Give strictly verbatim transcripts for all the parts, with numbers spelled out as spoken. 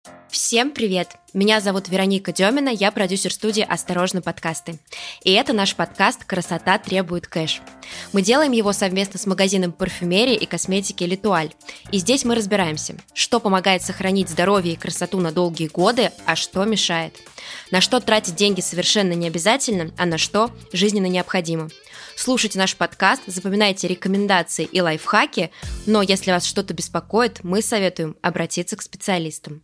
Всем привет! Меня зовут Вероника Демина, я продюсер студии «Осторожно, подкасты». И это наш подкаст «Красота требует кэш». Мы делаем его совместно с магазином парфюмерии и косметики «Литуаль». И здесь мы разбираемся, что помогает сохранить здоровье и красоту на долгие годы, а что мешает. На что тратить деньги совершенно не обязательно, а на что жизненно необходимо. Слушайте наш подкаст, запоминайте рекомендации и лайфхаки, но если вас что-то беспокоит, мы советуем обратиться к специалистам.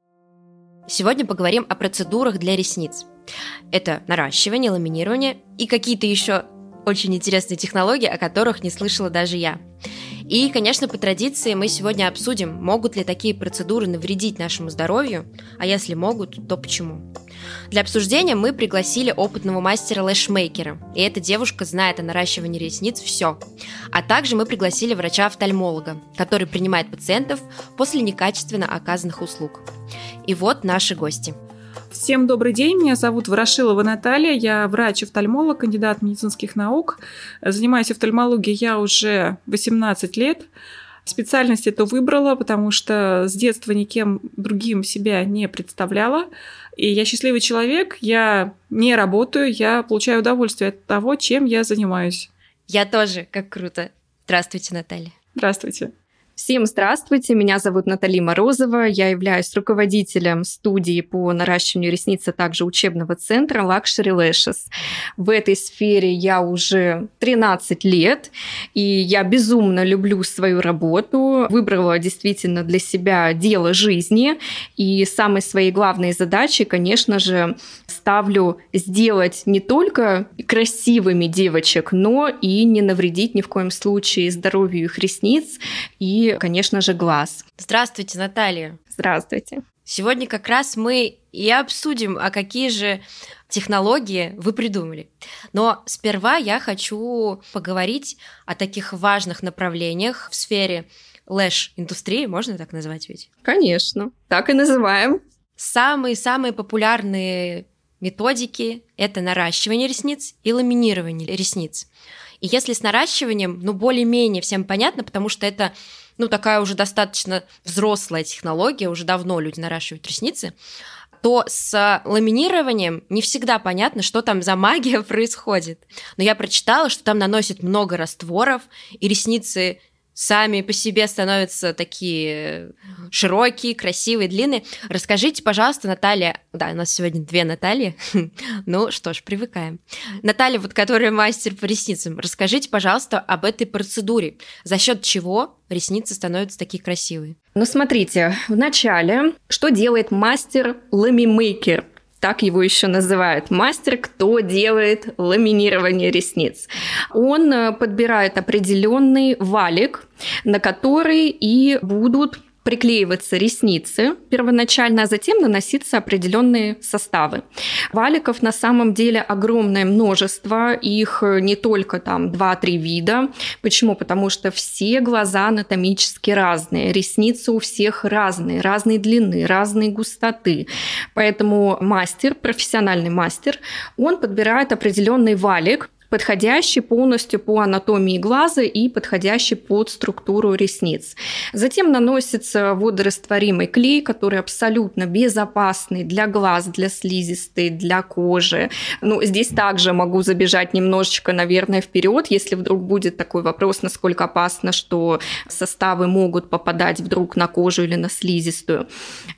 Сегодня поговорим о процедурах для ресниц. Это наращивание, ламинирование и какие-то еще очень интересные технологии, о которых не слышала даже я. И, конечно, по традиции мы сегодня обсудим, могут ли такие процедуры навредить нашему здоровью, а если могут, то почему. Для обсуждения мы пригласили опытного мастера лэшмейкера, и эта девушка знает о наращивании ресниц все. А также мы пригласили врача-офтальмолога, который принимает пациентов после некачественно оказанных услуг. И вот наши гости. Всем добрый день, меня зовут Ворошилова Наталья, я врач-офтальмолог, кандидат медицинских наук. Занимаюсь офтальмологией я уже восемнадцать лет. Специальность эту выбрала, потому что с детства никем другим себя не представляла. И я счастливый человек, я не работаю, я получаю удовольствие от того, чем я занимаюсь. Я тоже, как круто. Здравствуйте, Наталья. Здравствуйте. Всем здравствуйте, меня зовут Наталья Морозова, я являюсь руководителем студии по наращиванию ресниц, а также учебного центра Luxury Lashes. В этой сфере я уже тринадцать лет, и я безумно люблю свою работу, выбрала действительно для себя дело жизни, и самой своей главной задачей, конечно же, ставлю сделать не только красивыми девочек, но и не навредить ни в коем случае здоровью их ресниц и И, конечно же, глаз. Здравствуйте, Наталья. Здравствуйте. Сегодня как раз мы и обсудим, а какие же технологии вы придумали. Но сперва я хочу поговорить о таких важных направлениях в сфере лэш-индустрии, можно так назвать ведь? Конечно, так и называем. Самые-самые популярные методики – это наращивание ресниц и ламинирование ресниц. И если с наращиванием, ну, более-менее всем понятно, потому что это, ну, такая уже достаточно взрослая технология, уже давно люди наращивают ресницы, то с ламинированием не всегда понятно, что там за магия происходит. Но я прочитала, что там наносят много растворов, и ресницы сами по себе становятся такие широкие, красивые, длинные. Расскажите, пожалуйста, Наталья... Да, у нас сегодня две Натальи. Ну что ж, привыкаем. Наталья, вот которая мастер по ресницам, расскажите, пожалуйста, об этой процедуре. За счет чего ресницы становятся такие красивые? Ну, смотрите, вначале, что делает мастер-ламимейкер? Так его еще называют. Мастер, кто делает ламинирование ресниц. Он подбирает определенный валик, на который и будут приклеиваться ресницы первоначально, а затем наноситься определенные составы. Валиков на самом деле огромное множество, их не только там два-три вида. Почему? Потому что все глаза анатомически разные, ресницы у всех разные, разной длины, разной густоты. Поэтому мастер, профессиональный мастер, он подбирает определенный валик, подходящий полностью по анатомии глаза и подходящий под структуру ресниц. Затем наносится водорастворимый клей, который абсолютно безопасный для глаз, для слизистой, для кожи. Ну, здесь также могу забежать немножечко, наверное, вперед, если вдруг будет такой вопрос, насколько опасно, что составы могут попадать вдруг на кожу или на слизистую.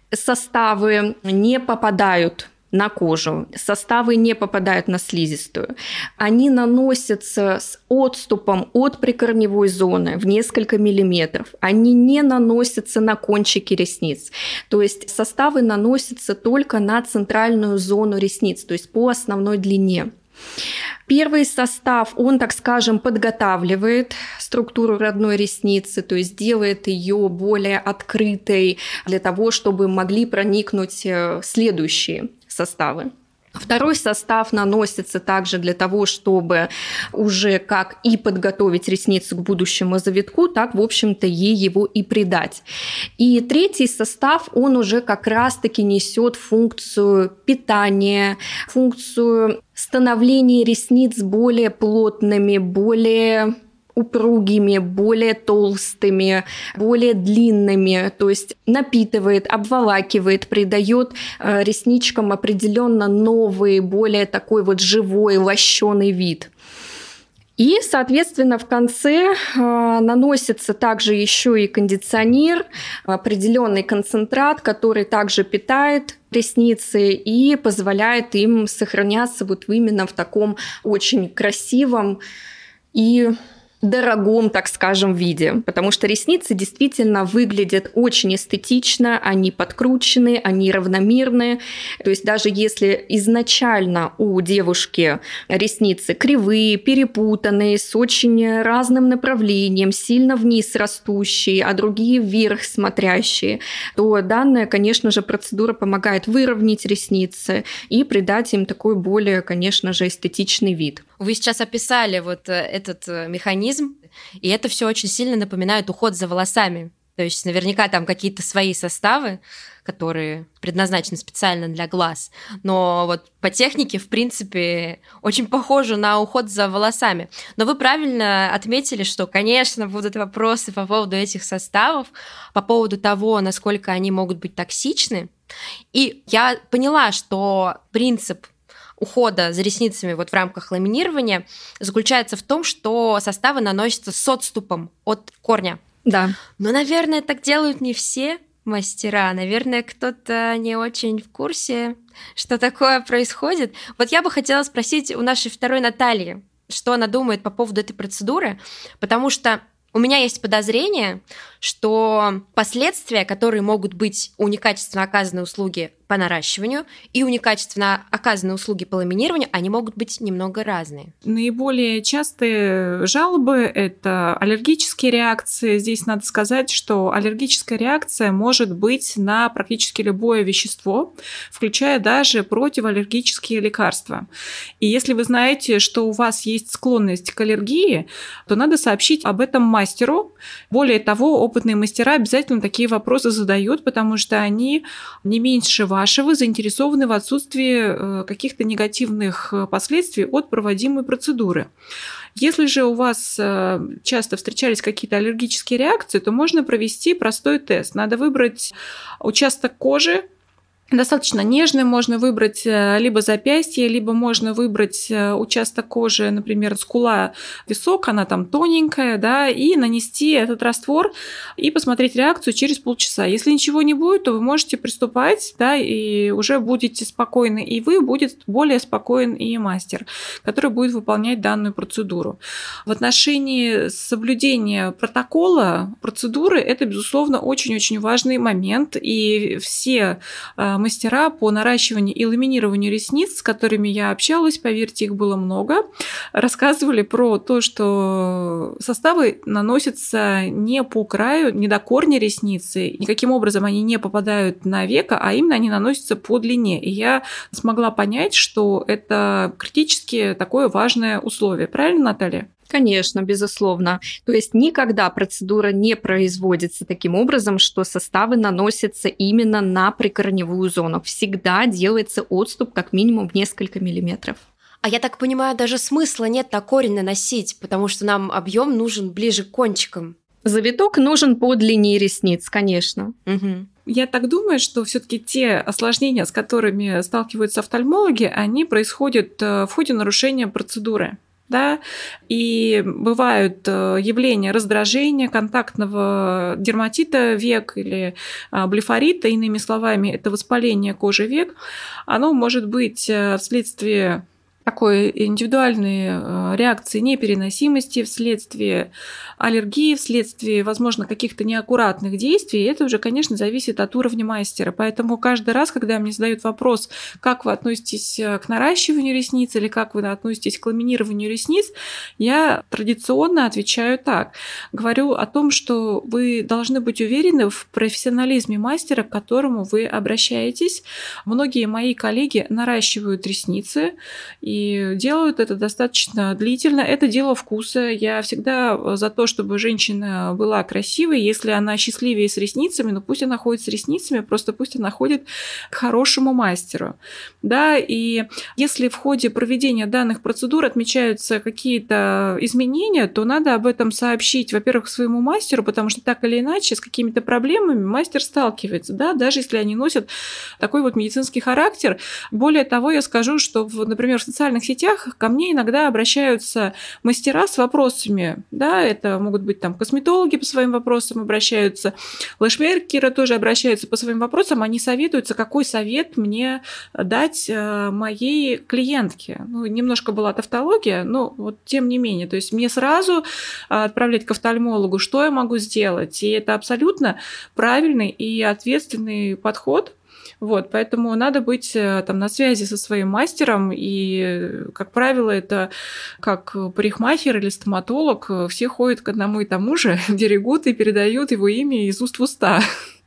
Составы не попадают на кожу. Составы не попадают на слизистую. Они наносятся с отступом от прикорневой зоны в несколько миллиметров. Они не наносятся на кончики ресниц. То есть составы наносятся только на центральную зону ресниц, то есть по основной длине. Первый состав, он, так скажем, подготавливает структуру родной ресницы, то есть делает ее более открытой для того, чтобы могли проникнуть следующие составы. Второй состав наносится также для того, чтобы уже как и подготовить ресницу к будущему завитку, так, в общем-то, ей его и придать. И третий состав, он уже как раз-таки несет функцию питания, функцию становления ресниц более плотными, более упругими, более толстыми, более длинными, то есть напитывает, обволакивает, придает ресничкам определенно новый, более такой вот живой, лощеный вид. И, соответственно, в конце э, наносится также еще и кондиционер, определенный концентрат, который также питает ресницы и позволяет им сохраняться вот именно в таком очень красивом и дорогом, так скажем, виде, потому что ресницы действительно выглядят очень эстетично, они подкручены, они равномерные, то есть даже если изначально у девушки ресницы кривые, перепутанные, с очень разным направлением, сильно вниз растущие, а другие вверх смотрящие, то данная, конечно же, процедура помогает выровнять ресницы и придать им такой более, конечно же, эстетичный вид. Вы сейчас описали вот этот механизм, и это все очень сильно напоминает уход за волосами. То есть наверняка там какие-то свои составы, которые предназначены специально для глаз. Но вот по технике, в принципе, очень похоже на уход за волосами. Но вы правильно отметили, что, конечно, будут вопросы по поводу этих составов, по поводу того, насколько они могут быть токсичны. И я поняла, что принцип ухода за ресницами вот в рамках ламинирования заключается в том, что составы наносятся с отступом от корня. Да. Но, наверное, так делают не все мастера. Наверное, кто-то не очень в курсе, что такое происходит. Вот я бы хотела спросить у нашей второй Натальи, что она думает по поводу этой процедуры, потому что у меня есть подозрение, что последствия, которые могут быть у некачественно оказанной услуги по наращиванию и у некачественно оказанной услуги по ламинированию, они могут быть немного разные. Наиболее частые жалобы – это аллергические реакции. Здесь надо сказать, что аллергическая реакция может быть на практически любое вещество, включая даже противоаллергические лекарства. И если вы знаете, что у вас есть склонность к аллергии, то надо сообщить об этом мастеру. Более того, опытные мастера обязательно такие вопросы задают, потому что они не меньше вашего заинтересованы в отсутствии каких-то негативных последствий от проводимой процедуры. Если же у вас часто встречались какие-то аллергические реакции, то можно провести простой тест. Надо выбрать участок кожи, достаточно нежный, можно выбрать либо запястье, либо можно выбрать участок кожи, например, скула, висок, она там тоненькая, да, и нанести этот раствор и посмотреть реакцию через полчаса. Если ничего не будет, то вы можете приступать, да, и уже будете спокойны, и вы, будет более спокоен и мастер, который будет выполнять данную процедуру. В отношении соблюдения протокола процедуры это, безусловно, очень-очень важный момент, и все мастера по наращиванию и ламинированию ресниц, с которыми я общалась, поверьте, их было много, рассказывали про то, что составы наносятся не по краю, не до корня ресницы, никаким образом они не попадают на веко, а именно они наносятся по длине. И я смогла понять, что это критически такое важное условие. Правильно, Наталья? Конечно, безусловно. То есть никогда процедура не производится таким образом, что составы наносятся именно на прикорневую зону. Всегда делается отступ как минимум в несколько миллиметров. А я так понимаю, даже смысла нет на корень наносить, потому что нам объем нужен ближе к кончикам. Завиток нужен по длине ресниц, конечно. Угу. Я так думаю, что все-таки те осложнения, с которыми сталкиваются офтальмологи, они происходят в ходе нарушения процедуры. Да, и бывают явления раздражения, контактного дерматита век или блефорита, иными словами, это воспаление кожи век. Оно может быть вследствие такой индивидуальной реакции непереносимости, вследствие аллергии, вследствие, возможно, каких-то неаккуратных действий. Это уже, конечно, зависит от уровня мастера. Поэтому каждый раз, когда мне задают вопрос, как вы относитесь к наращиванию ресниц или как вы относитесь к ламинированию ресниц, я традиционно отвечаю так. Говорю о том, что вы должны быть уверены в профессионализме мастера, к которому вы обращаетесь. Многие мои коллеги наращивают ресницы, и и делают это достаточно длительно. Это дело вкуса. Я всегда за то, чтобы женщина была красивой. Если она счастливее с ресницами, ну пусть она ходит с ресницами, просто пусть она ходит к хорошему мастеру. Да, и если в ходе проведения данных процедур отмечаются какие-то изменения, то надо об этом сообщить, во-первых, своему мастеру, потому что так или иначе с какими-то проблемами мастер сталкивается, да, даже если они носят такой вот медицинский характер. Более того, я скажу, что, в, например, в социальных сетях ко мне иногда обращаются мастера с вопросами, да, это могут быть там косметологи по своим вопросам обращаются, лэшмейкеры тоже обращаются по своим вопросам, они советуются, какой совет мне дать моей клиентке. Ну, немножко была тавтология, но вот тем не менее, то есть мне сразу отправлять к офтальмологу, что я могу сделать, и это абсолютно правильный и ответственный подход. Вот, поэтому надо быть там на связи со своим мастером, и, как правило, это как парикмахер или стоматолог, все ходят к одному и тому же, берегут и передают его имя из уст в уста.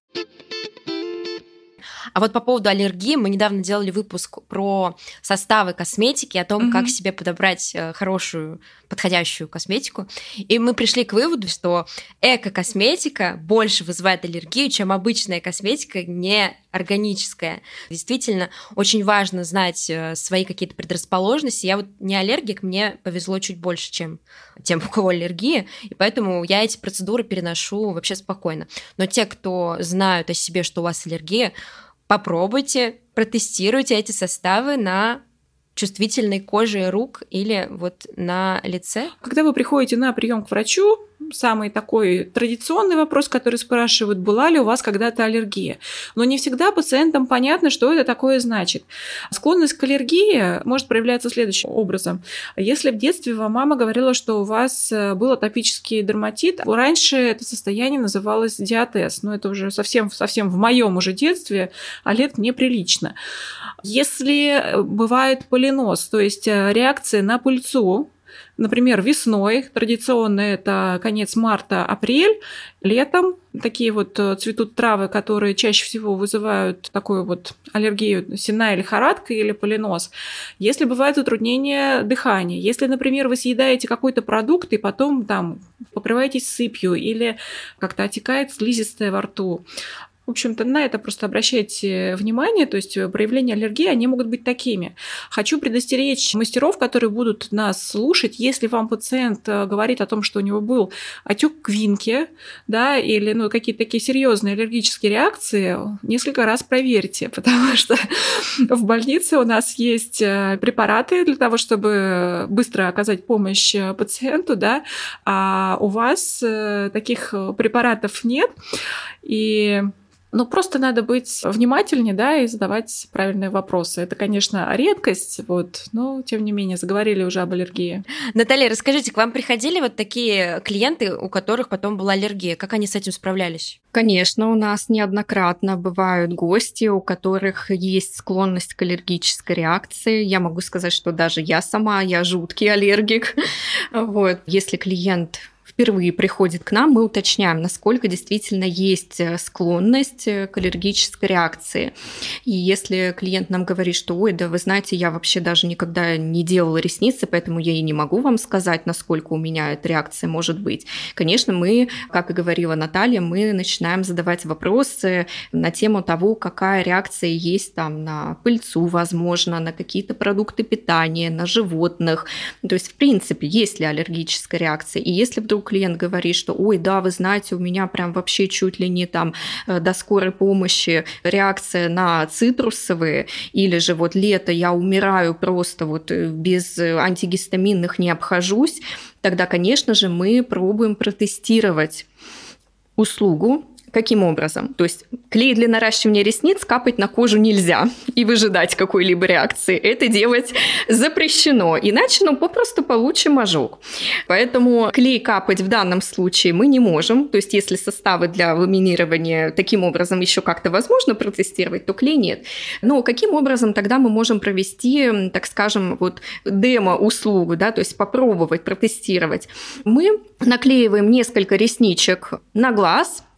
А вот по поводу аллергии, мы недавно делали выпуск про составы косметики, о том, mm-hmm. как себе подобрать хорошую, подходящую косметику. И мы пришли к выводу, что эко-косметика больше вызывает аллергию, чем обычная косметика неорганическая. Действительно, очень важно знать свои какие-то предрасположенности. Я вот не аллергик, мне повезло чуть больше, чем тем, у кого аллергия, и поэтому я эти процедуры переношу вообще спокойно. Но те, кто знают о себе, что у вас аллергия, попробуйте, протестируйте эти составы на чувствительной коже рук или вот на лице. Когда вы приходите на прием к врачу, самый такой традиционный вопрос, который спрашивают, была ли у вас когда-то аллергия. Но не всегда пациентам понятно, что это такое значит. Склонность к аллергии может проявляться следующим образом. Если в детстве вам мама говорила, что у вас был атопический дерматит, раньше это состояние называлось диатез, но это уже совсем, совсем в моем уже детстве, а лет неприлично. Если бывает полиноз, то есть реакция на пыльцу, например, весной, традиционно это конец марта-апрель, летом такие вот цветут травы, которые чаще всего вызывают такую вот аллергию, сенная лихорадка или полиноз. Если бывает затруднение дыхания, если, например, вы съедаете какой-то продукт и потом там покрываетесь сыпью или как-то отекает слизистая во рту, в общем-то, на это просто обращайте внимание, то есть проявления аллергии, они могут быть такими. Хочу предостеречь мастеров, которые будут нас слушать, если вам пациент говорит о том, что у него был отек квинки, да, или ну, какие-то такие серьезные аллергические реакции, несколько раз проверьте, потому что в больнице у нас есть препараты для того, чтобы быстро оказать помощь пациенту, да, а у вас таких препаратов нет, и Ну, просто надо быть внимательнее, да, и задавать правильные вопросы. Это, конечно, редкость, вот, но, тем не менее, заговорили уже об аллергии. Наталья, расскажите, к вам приходили вот такие клиенты, у которых потом была аллергия? Как они с этим справлялись? Конечно, у нас неоднократно бывают гости, у которых есть склонность к аллергической реакции. Я могу сказать, что даже я сама, я жуткий аллергик. Вот. Если клиент впервые приходит к нам, мы уточняем, насколько действительно есть склонность к аллергической реакции. И если клиент нам говорит, что ой, да вы знаете, я вообще даже никогда не делала ресницы, поэтому я и не могу вам сказать, насколько у меня эта реакция может быть. Конечно, мы, как и говорила Наталья, мы начинаем задавать вопросы на тему того, какая реакция есть там на пыльцу, возможно, на какие-то продукты питания, на животных. То есть, в принципе, есть ли аллергическая реакция. И если вдруг клиент говорит, что ой, да, вы знаете, у меня прям вообще чуть ли не там до скорой помощи реакция на цитрусовые, или же вот лето я умираю просто вот без антигистаминных не обхожусь, тогда, конечно же, мы пробуем протестировать услугу. Каким образом? То есть клей для наращивания ресниц капать на кожу нельзя и выжидать какой-либо реакции. Это делать запрещено, иначе ну, попросту получим ожог. Поэтому клей капать в данном случае мы не можем. То есть если составы для ламинирования таким образом еще как-то возможно протестировать, то клей нет. Но каким образом тогда мы можем провести, так скажем, вот демо-услугу, да, то есть попробовать протестировать? Мы наклеиваем несколько ресничек на глаз,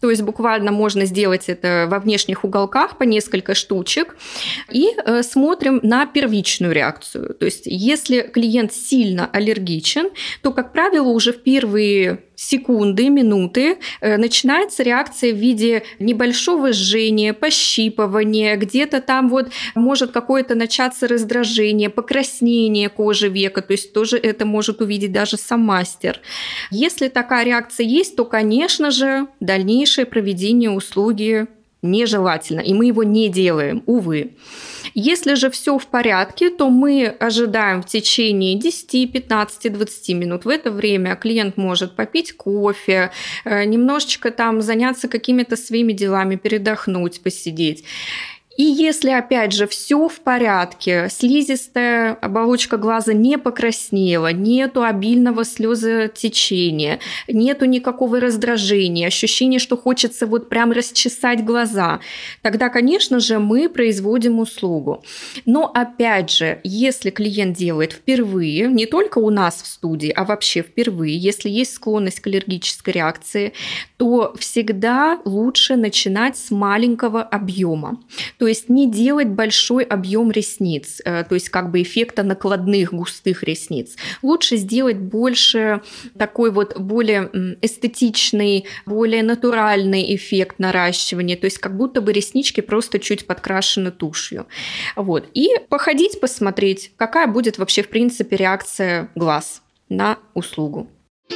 То есть буквально можно сделать это во внешних уголках по несколько штучек. И э, смотрим на первичную реакцию. То есть если клиент сильно аллергичен, то, как правило, уже в первые секунды, минуты э, начинается реакция в виде небольшого жжения, пощипывания, где-то там вот может какое-то начаться раздражение, покраснение кожи века, то есть тоже это может увидеть даже сам мастер. Если такая реакция есть, то, конечно же, дальнейшее проведение услуги нежелательно, и мы его не делаем, увы. Если же все в порядке, то мы ожидаем в течение десять, пятнадцать, двадцать минут. В это время клиент может попить кофе, немножечко там заняться какими-то своими делами, передохнуть, посидеть. И если, опять же, все в порядке, слизистая оболочка глаза не покраснела, нету обильного слезотечения, нету никакого раздражения, ощущение, что хочется вот прям расчесать глаза, тогда, конечно же, мы производим услугу. Но, опять же, если клиент делает впервые, не только у нас в студии, а вообще впервые, если есть склонность к аллергической реакции, то всегда лучше начинать с маленького объема. То есть не делать большой объем ресниц, то есть как бы эффекта накладных густых ресниц. Лучше сделать больше такой вот более эстетичный, более натуральный эффект наращивания, то есть как будто бы реснички просто чуть подкрашены тушью. Вот. И походить, посмотреть, какая будет вообще в принципе реакция глаз на услугу.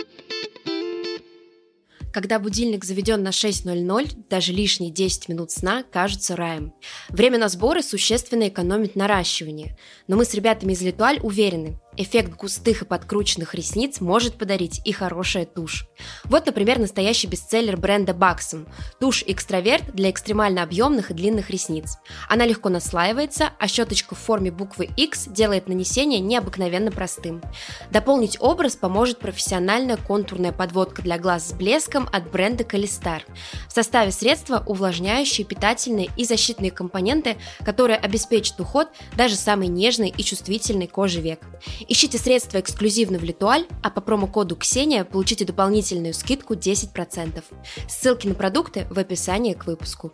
Когда будильник заведен на шесть ноль ноль, даже лишние десять минут сна кажутся раем. Время на сборы существенно экономит наращивание. Но мы с ребятами из L'Etoile уверены, эффект густых и подкрученных ресниц может подарить и хорошая тушь. Вот, например, настоящий бестселлер бренда Buxom – тушь Экстраверт для экстремально объемных и длинных ресниц. Она легко наслаивается, а щеточка в форме буквы X делает нанесение необыкновенно простым. Дополнить образ поможет профессиональная контурная подводка для глаз с блеском от бренда Calistar. В составе средства увлажняющие, питательные и защитные компоненты, которые обеспечат уход даже самой нежной и чувствительной кожи век. Ищите средства эксклюзивно в L'Etoile, а по промокоду Ксения получите дополнительную скидку десять процентов. Ссылки на продукты в описании к выпуску.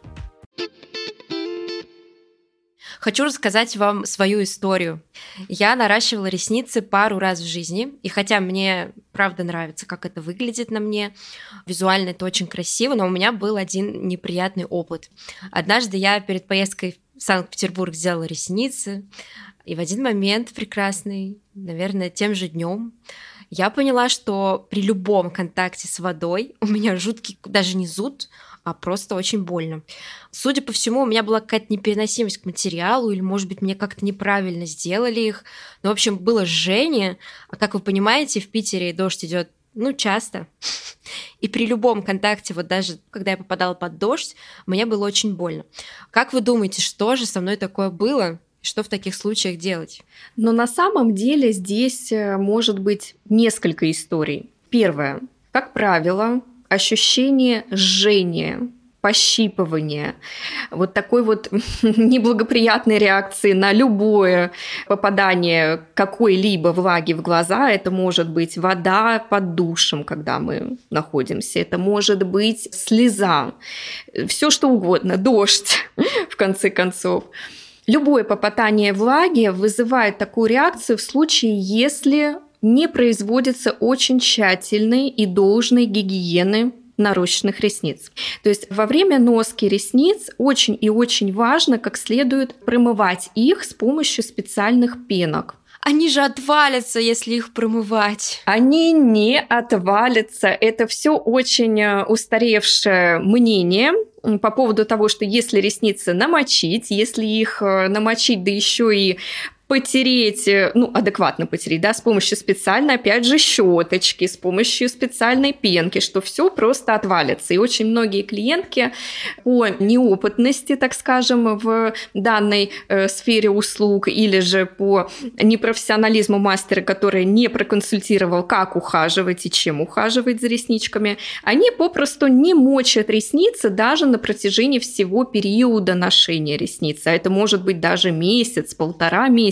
Хочу рассказать вам свою историю. Я наращивала ресницы пару раз в жизни, и хотя мне правда нравится, как это выглядит на мне, визуально это очень красиво, но у меня был один неприятный опыт. Однажды я перед поездкой в Санкт-Петербург сделала ресницы, и в один момент прекрасный, наверное, тем же днем, я поняла, что при любом контакте с водой у меня жуткий, даже не зуд, а просто очень больно. Судя по всему, у меня была какая-то непереносимость к материалу, или, может быть, мне как-то неправильно сделали их. Ну, в общем, было жжение, а как вы понимаете, в Питере дождь идет, ну, часто. И при любом контакте, вот даже когда я попадала под дождь, мне было очень больно. Как вы думаете, что же со мной такое было? Что в таких случаях делать? Но на самом деле здесь может быть несколько историй. Первое. Как правило, ощущение жжения, пощипывания, вот такой вот неблагоприятной реакции на любое попадание какой-либо влаги в глаза. Это может быть вода под душем, когда мы находимся. Это может быть слеза. Все что угодно. Дождь, в конце концов. Любое попадание влаги вызывает такую реакцию в случае, если не производится очень тщательной и должной гигиены нарощенных ресниц. То есть во время носки ресниц очень и очень важно как следует промывать их с помощью специальных пенок. Они же отвалятся, если их промывать. Они не отвалятся. Это все очень устаревшее мнение по поводу того, что если ресницы намочить, если их намочить, да еще и потереть, ну, адекватно потереть, да, с помощью специальной, опять же, щеточки, с помощью специальной пенки, что все просто отвалится. И очень многие клиентки по неопытности, так скажем, в данной э, сфере услуг или же по непрофессионализму мастера, который не проконсультировал, как ухаживать и чем ухаживать за ресничками, они попросту не мочат ресницы даже на протяжении всего периода ношения ресниц. А это может быть даже месяц, полтора месяца.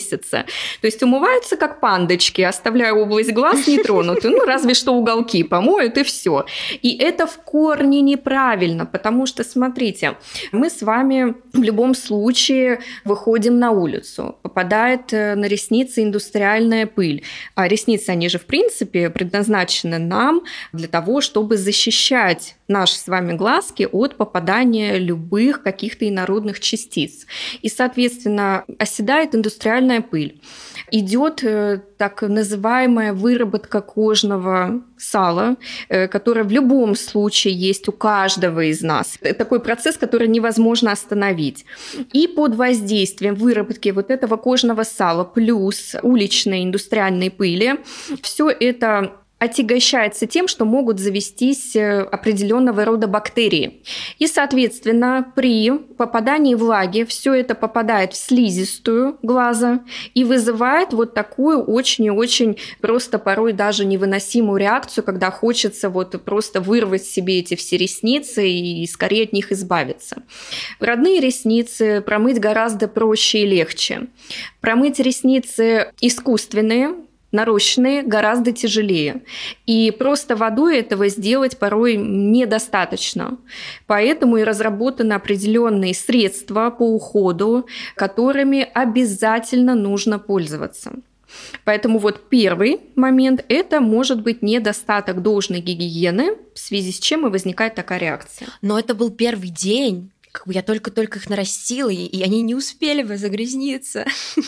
месяца. То есть умываются как пандочки, оставляя область глаз нетронутой, ну, разве что уголки помоют, и все. И это в корне неправильно, потому что, смотрите, мы с вами в любом случае выходим на улицу, попадает на ресницы индустриальная пыль. А ресницы, они же, в принципе, предназначены нам для того, чтобы защищать наши с вами глазки от попадания любых каких-то инородных частиц. И, соответственно, оседает индустриальная пыль. Идет так называемая выработка кожного сала, которая в любом случае есть у каждого из нас. Это такой процесс, который невозможно остановить. И под воздействием выработки вот этого кожного сала плюс уличной индустриальной пыли все это отягощается тем, что могут завестись определенного рода бактерии. И, соответственно, при попадании влаги все это попадает в слизистую глаза и вызывает вот такую очень и очень просто порой даже невыносимую реакцию, когда хочется вот просто вырвать себе эти все ресницы и скорее от них избавиться. Родные ресницы промыть гораздо проще и легче. Промыть ресницы искусственные, нарощенные гораздо тяжелее. И просто водой этого сделать порой недостаточно. Поэтому и разработаны определенные средства по уходу, которыми обязательно нужно пользоваться. Поэтому вот первый момент – это может быть недостаток должной гигиены, в связи с чем и возникает такая реакция. Но это был первый день. Как бы я только-только их нарастила, и они не успели бы загрязниться.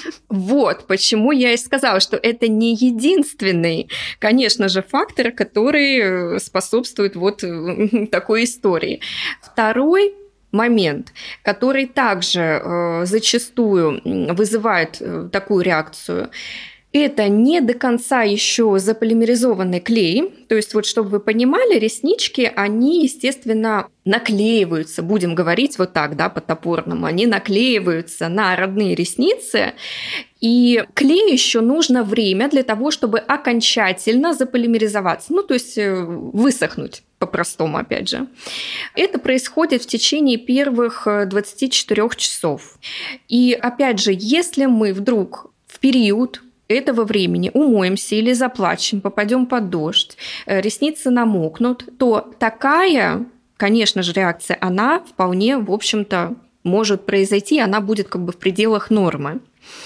Вот почему я и сказала, что это не единственный, конечно же, фактор, который способствует вот такой истории. Второй момент, который также э, зачастую вызывает э, такую реакцию, это не до конца еще заполимеризованный клей. То есть, вот чтобы вы понимали, реснички, они, естественно, наклеиваются, будем говорить вот так, да, по-топорному, они наклеиваются на родные ресницы, и клей еще нужно время для того, чтобы окончательно заполимеризоваться, ну, то есть высохнуть, по-простому, опять же. Это происходит в течение первых двадцати четырёх часов. И, опять же, если мы вдруг в период этого времени умоемся или заплачем, попадем под дождь, ресницы намокнут, то такая, конечно же, реакция, она вполне, в общем-то, может произойти, она будет как бы в пределах нормы.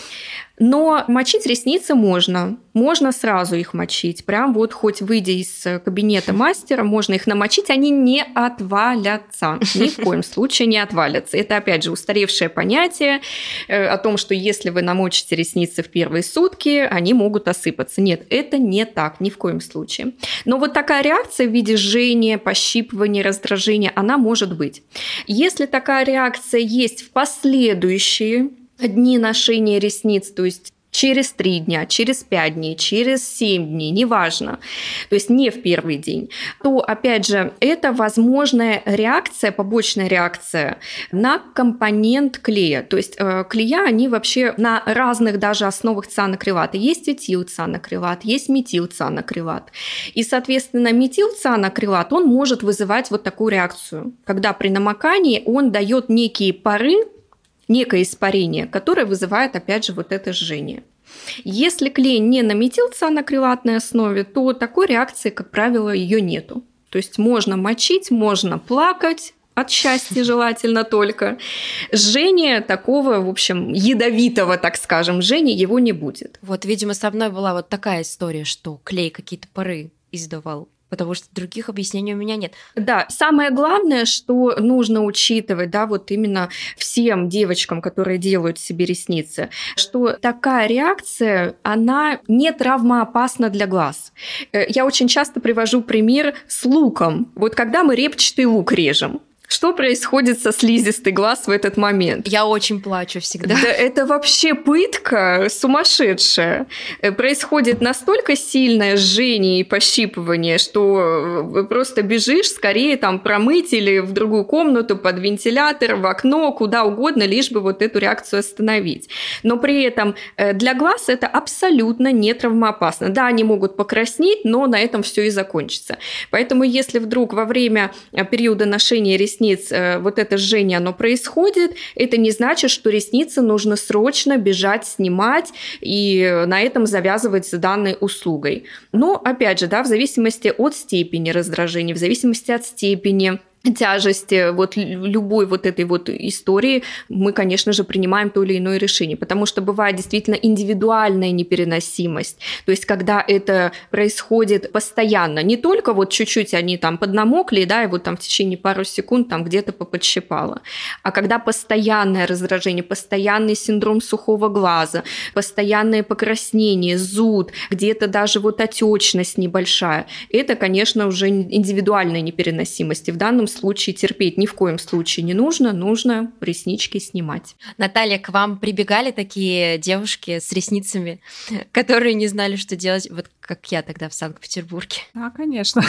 Но мочить ресницы можно. Можно сразу их мочить. Прям вот хоть выйдя из кабинета мастера, можно их намочить, они не отвалятся. Ни в коем случае не отвалятся. Это, опять же, устаревшее понятие о том, что если вы намочите ресницы в первые сутки, они могут осыпаться. Нет, это не так, ни в коем случае. Но вот такая реакция в виде жжения, пощипывания, раздражения, она может быть. Если такая реакция есть в последующие дни ношения ресниц, то есть через три дня, через пять дней, через семь дней, неважно, то есть не в первый день, то, опять же, это возможная реакция, побочная реакция на компонент клея. То есть э, клея, они вообще на разных даже основах цианокрилата. Есть этилцианокрилат, есть метилцианокрилат. И, соответственно, метилцианокрилат, он может вызывать вот такую реакцию, когда при намокании он дает некие пары, некое испарение, которое вызывает, опять же, вот это жжение. Если клей не на метилцианокрилатной основе, то такой реакции, как правило, ее нету. То есть можно мочить, можно плакать, от счастья желательно только. Жжения такого, в общем, ядовитого, так скажем, жжения его не будет. Вот, видимо, со мной была вот такая история, что клей какие-то пары издавал. Потому что других объяснений у меня нет. Да, самое главное, что нужно учитывать, да, вот именно всем девочкам, которые делают себе ресницы, что такая реакция, она не травмоопасна для глаз. Я очень часто привожу пример с луком. Вот когда мы репчатый лук режем, что происходит со слизистой глаз в этот момент? Я очень плачу всегда. Да, это вообще пытка сумасшедшая. Происходит настолько сильное жжение и пощипывание, что просто бежишь скорее там промыть или в другую комнату, под вентилятор, в окно, куда угодно, лишь бы вот эту реакцию остановить. Но при этом для глаз это абсолютно не травмоопасно. Да, они могут покраснеть, но на этом все и закончится. Поэтому если вдруг во время периода ношения ресниц ресниц вот это жжение, оно происходит, это не значит, что ресницы нужно срочно бежать, снимать и на этом завязывать с данной услугой. Но, опять же, да, в зависимости от степени раздражения, в зависимости от степени тяжести вот любой вот этой вот истории, мы, конечно же, принимаем то или иное решение, потому что бывает действительно индивидуальная непереносимость, то есть когда это происходит постоянно, не только вот чуть-чуть они там поднамокли, да, и вот там в течение пару секунд там где-то поподщипало, а когда постоянное раздражение, постоянный синдром сухого глаза, постоянное покраснение, зуд, где-то даже вот отечность небольшая, это, конечно, уже индивидуальная непереносимость, и в данном случае терпеть ни в коем случае не нужно, нужно реснички снимать. Наталья, к вам прибегали такие девушки с ресницами, которые не знали, что делать, вот как я тогда в Санкт-Петербурге? Да, конечно.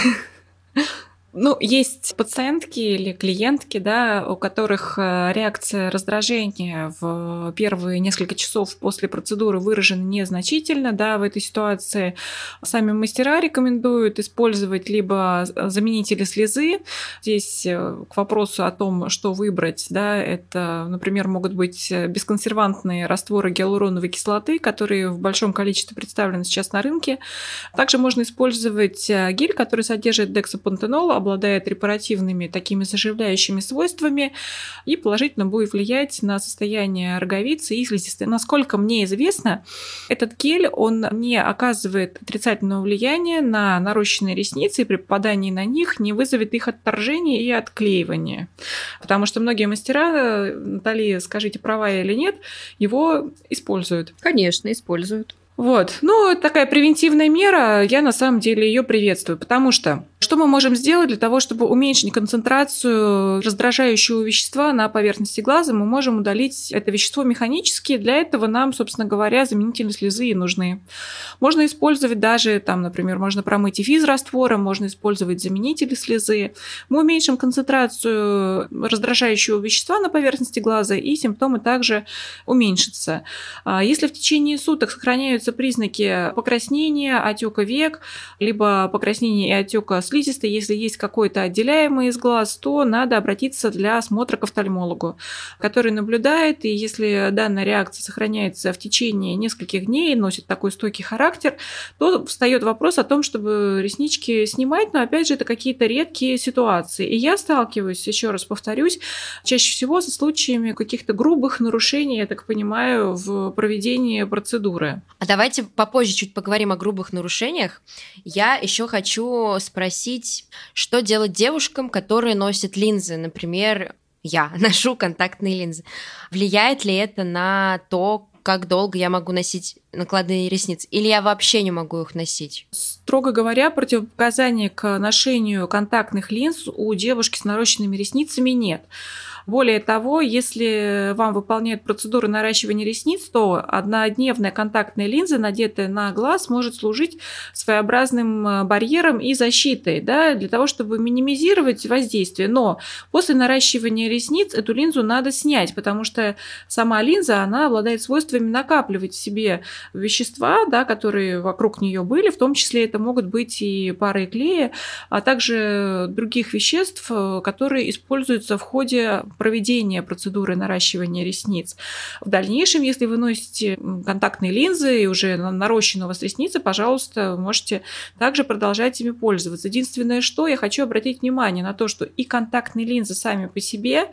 Ну, есть пациентки или клиентки, да, у которых реакция раздражения в первые несколько часов после процедуры выражена незначительно, да, в этой ситуации сами мастера рекомендуют использовать либо заменители слезы. Здесь к вопросу о том, что выбрать, да, это, например, могут быть бесконсервантные растворы гиалуроновой кислоты, которые в большом количестве представлены сейчас на рынке. Также можно использовать гель, который содержит дексапантенол, обладает репаративными такими заживляющими свойствами и положительно будет влиять на состояние роговицы и слизистой. Насколько мне известно, этот гель, он не оказывает отрицательного влияния на нарощенные ресницы и при попадании на них не вызовет их отторжения и отклеивания. Потому что многие мастера, Наталья, скажите, права я или нет, его используют. Конечно, используют. Вот. Ну, такая превентивная мера, я на самом деле ее приветствую, потому что что мы можем сделать для того, чтобы уменьшить концентрацию раздражающего вещества на поверхности глаза? Мы можем удалить это вещество механически. Для этого нам, собственно говоря, заменители слезы и нужны. Можно использовать даже, там, например, можно промыть эфиз раствором, можно использовать заменители слезы. Мы уменьшим концентрацию раздражающего вещества на поверхности глаза, и симптомы также уменьшатся. Если в течение суток сохраняются признаки покраснения, отека век, либо покраснения и отека слизистой, если есть какой-то отделяемый из глаз, то надо обратиться для осмотра к офтальмологу, который наблюдает, и если данная реакция сохраняется в течение нескольких дней, носит такой стойкий характер, то встает вопрос о том, чтобы реснички снимать, но опять же это какие-то редкие ситуации. И я сталкиваюсь, еще раз повторюсь, чаще всего со случаями каких-то грубых нарушений, я так понимаю, в проведении процедуры. А давайте попозже чуть поговорим о грубых нарушениях. Я еще хочу спросить, что делать девушкам, которые носят линзы, например, я ношу контактные линзы. Влияет ли это на то, как долго я могу носить накладные ресницы, или я вообще не могу их носить? Строго говоря, противопоказаний к ношению контактных линз у девушки с нарощенными ресницами нет. Более того, если вам выполняют процедуру наращивания ресниц, то однодневная контактная линза, надетая на глаз, может служить своеобразным барьером и защитой, да, для того, чтобы минимизировать воздействие. Но после наращивания ресниц эту линзу надо снять, потому что сама линза, она обладает свойствами накапливать в себе вещества, да, которые вокруг нее были, в том числе это могут быть и пары клея, а также других веществ, которые используются в ходе проведения процедуры наращивания ресниц. В дальнейшем, если вы носите контактные линзы и уже нарощены у вас ресницы, пожалуйста, можете также продолжать ими пользоваться. Единственное, что я хочу обратить внимание на то, что и контактные линзы сами по себе,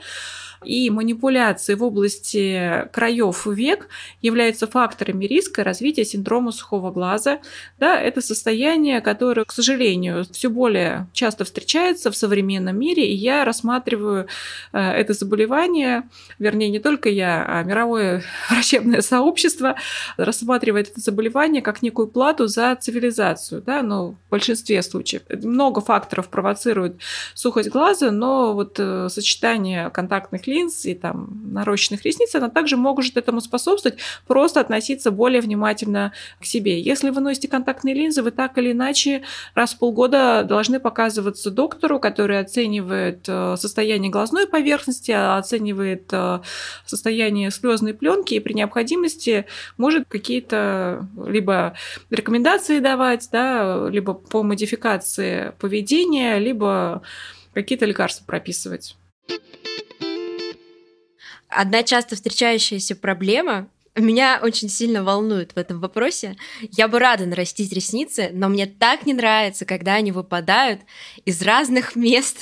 и манипуляции в области краев век являются факторами риска развития синдрома сухого глаза. Да, это состояние, которое, к сожалению, все более часто встречается в современном мире, и я рассматриваю это заболевание, вернее, не только я, а мировое врачебное сообщество рассматривает это заболевание как некую плату за цивилизацию, да, но в большинстве случаев. Много факторов провоцирует сухость глаза, но вот сочетание контактных линз и там нарощенных ресниц, она также может этому способствовать, просто относиться более внимательно к себе. Если вы носите контактные линзы, вы так или иначе раз в полгода должны показываться доктору, который оценивает состояние глазной поверхности, оценивает состояние слезной пленки и при необходимости может какие-то либо рекомендации давать, да, либо по модификации поведения, либо какие-то лекарства прописывать. Одна часто встречающаяся проблема меня очень сильно волнует в этом вопросе. Я бы рада нарастить ресницы, но мне так не нравится, когда они выпадают из разных мест.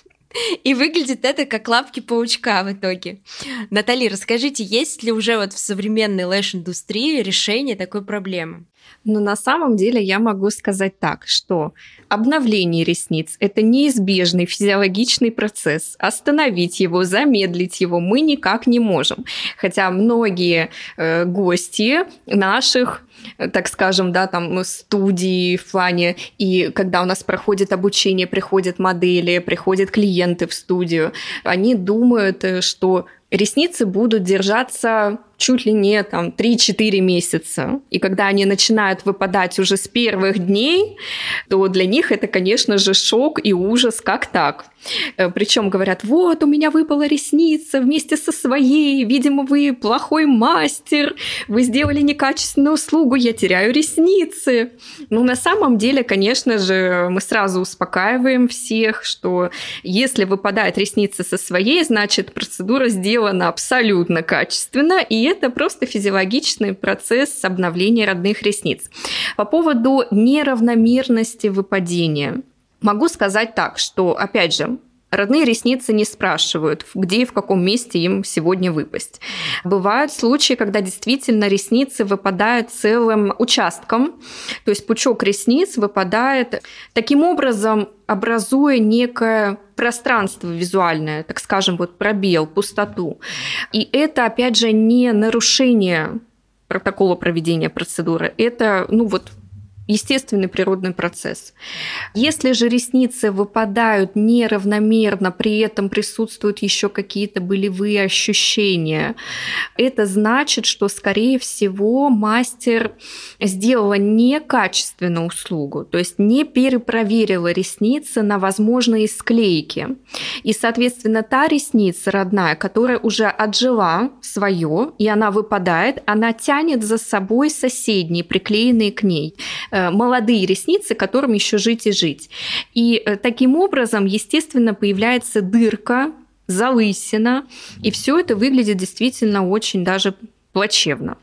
И выглядит это как лапки паучка в итоге. Натали, расскажите, есть ли уже вот в современной лэш-индустрии решение такой проблемы? Но на самом деле я могу сказать так, что обновление ресниц – это неизбежный физиологичный процесс. Остановить его, замедлить его мы никак не можем. Хотя многие э, гости наших, так скажем, да, там студии в плане, и когда у нас проходит обучение, приходят модели, приходят клиенты в студию, они думают, что ресницы будут держаться чуть ли не там три-четыре месяца. И когда они начинают выпадать уже с первых дней, то для них это, конечно же, шок и ужас, как так. Причем говорят, вот, у меня выпала ресница вместе со своей, видимо, вы плохой мастер, вы сделали некачественную услугу, я теряю ресницы. Ну, на самом деле, конечно же, мы сразу успокаиваем всех, что если выпадает ресница со своей, значит, процедура сделана абсолютно качественно, и это просто физиологичный процесс обновления родных ресниц. По поводу неравномерности выпадения. Могу сказать так, что, опять же, родные ресницы не спрашивают, где и в каком месте им сегодня выпасть. Бывают случаи, когда действительно ресницы выпадают целым участком, то есть пучок ресниц выпадает таким образом, образуя некое пространство визуальное, так скажем, вот пробел, пустоту. И это, опять же, не нарушение протокола проведения процедуры, это, ну вот, естественный природный процесс. Если же ресницы выпадают неравномерно, при этом присутствуют еще какие-то болевые ощущения, это значит, что, скорее всего, мастер сделала некачественную услугу, то есть не перепроверила ресницы на возможные склейки. И, соответственно, та ресница родная, которая уже отжила свое, и она выпадает, она тянет за собой соседние, приклеенные к ней молодые ресницы, которым еще жить и жить. И таким образом, естественно, появляется дырка, залысина, и все это выглядит действительно очень даже плачевно.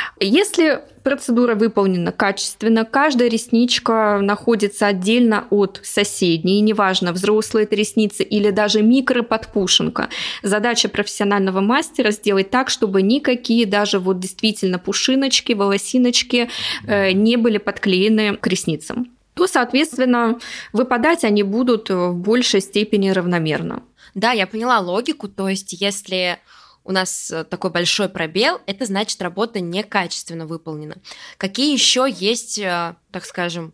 Если процедура выполнена качественно, каждая ресничка находится отдельно от соседней, неважно, взрослые это ресницы или даже микроподпушинка. Задача профессионального мастера сделать так, чтобы никакие даже вот действительно пушиночки, волосиночки не были подклеены к ресницам. То, соответственно, выпадать они будут в большей степени равномерно. Да, я поняла логику, то есть если у нас такой большой пробел, это значит, работа некачественно выполнена. Какие еще есть, так скажем,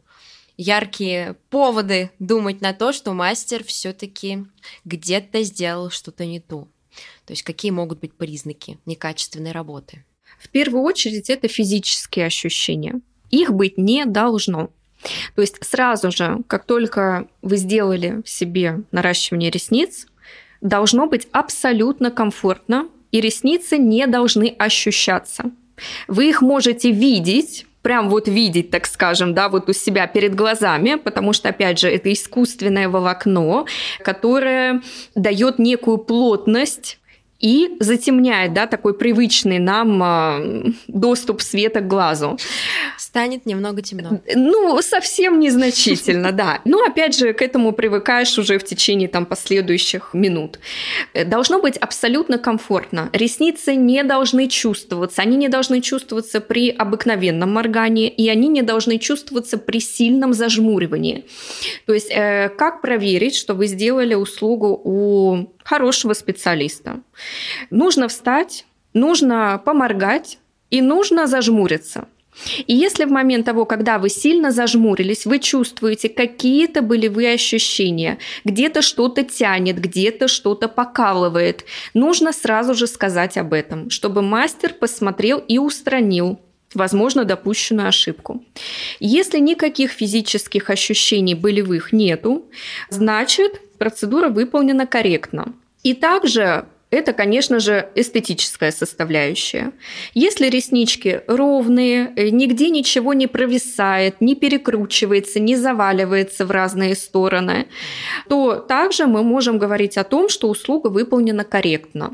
яркие поводы думать на то, что мастер все-таки где-то сделал что-то не то? То есть какие могут быть признаки некачественной работы? В первую очередь это физические ощущения. Их быть не должно. То есть сразу же, как только вы сделали себе наращивание ресниц, должно быть абсолютно комфортно, и ресницы не должны ощущаться. Вы их можете видеть, прям вот видеть, так скажем, да, вот у себя перед глазами, потому что, опять же, это искусственное волокно, которое дает некую плотность и затемняет, да, такой привычный нам э, доступ света к глазу. Станет немного темно. Ну, совсем незначительно, да. Но, опять же, к этому привыкаешь уже в течение там, последующих минут. Должно быть абсолютно комфортно. Ресницы не должны чувствоваться. Они не должны чувствоваться при обыкновенном моргании, и они не должны чувствоваться при сильном зажмуривании. То есть, э, как проверить, что вы сделали услугу у хорошего специалиста? Нужно встать, нужно поморгать и нужно зажмуриться. И если в момент того, когда вы сильно зажмурились, вы чувствуете какие-то болевые ощущения, где-то что-то тянет, где-то что-то покалывает, нужно сразу же сказать об этом, чтобы мастер посмотрел и устранил, возможно, допущенную ошибку. Если никаких физических ощущений болевых нету, значит, процедура выполнена корректно. И также это, конечно же, эстетическая составляющая. Если реснички ровные, нигде ничего не провисает, не перекручивается, не заваливается в разные стороны, то также мы можем говорить о том, что услуга выполнена корректно.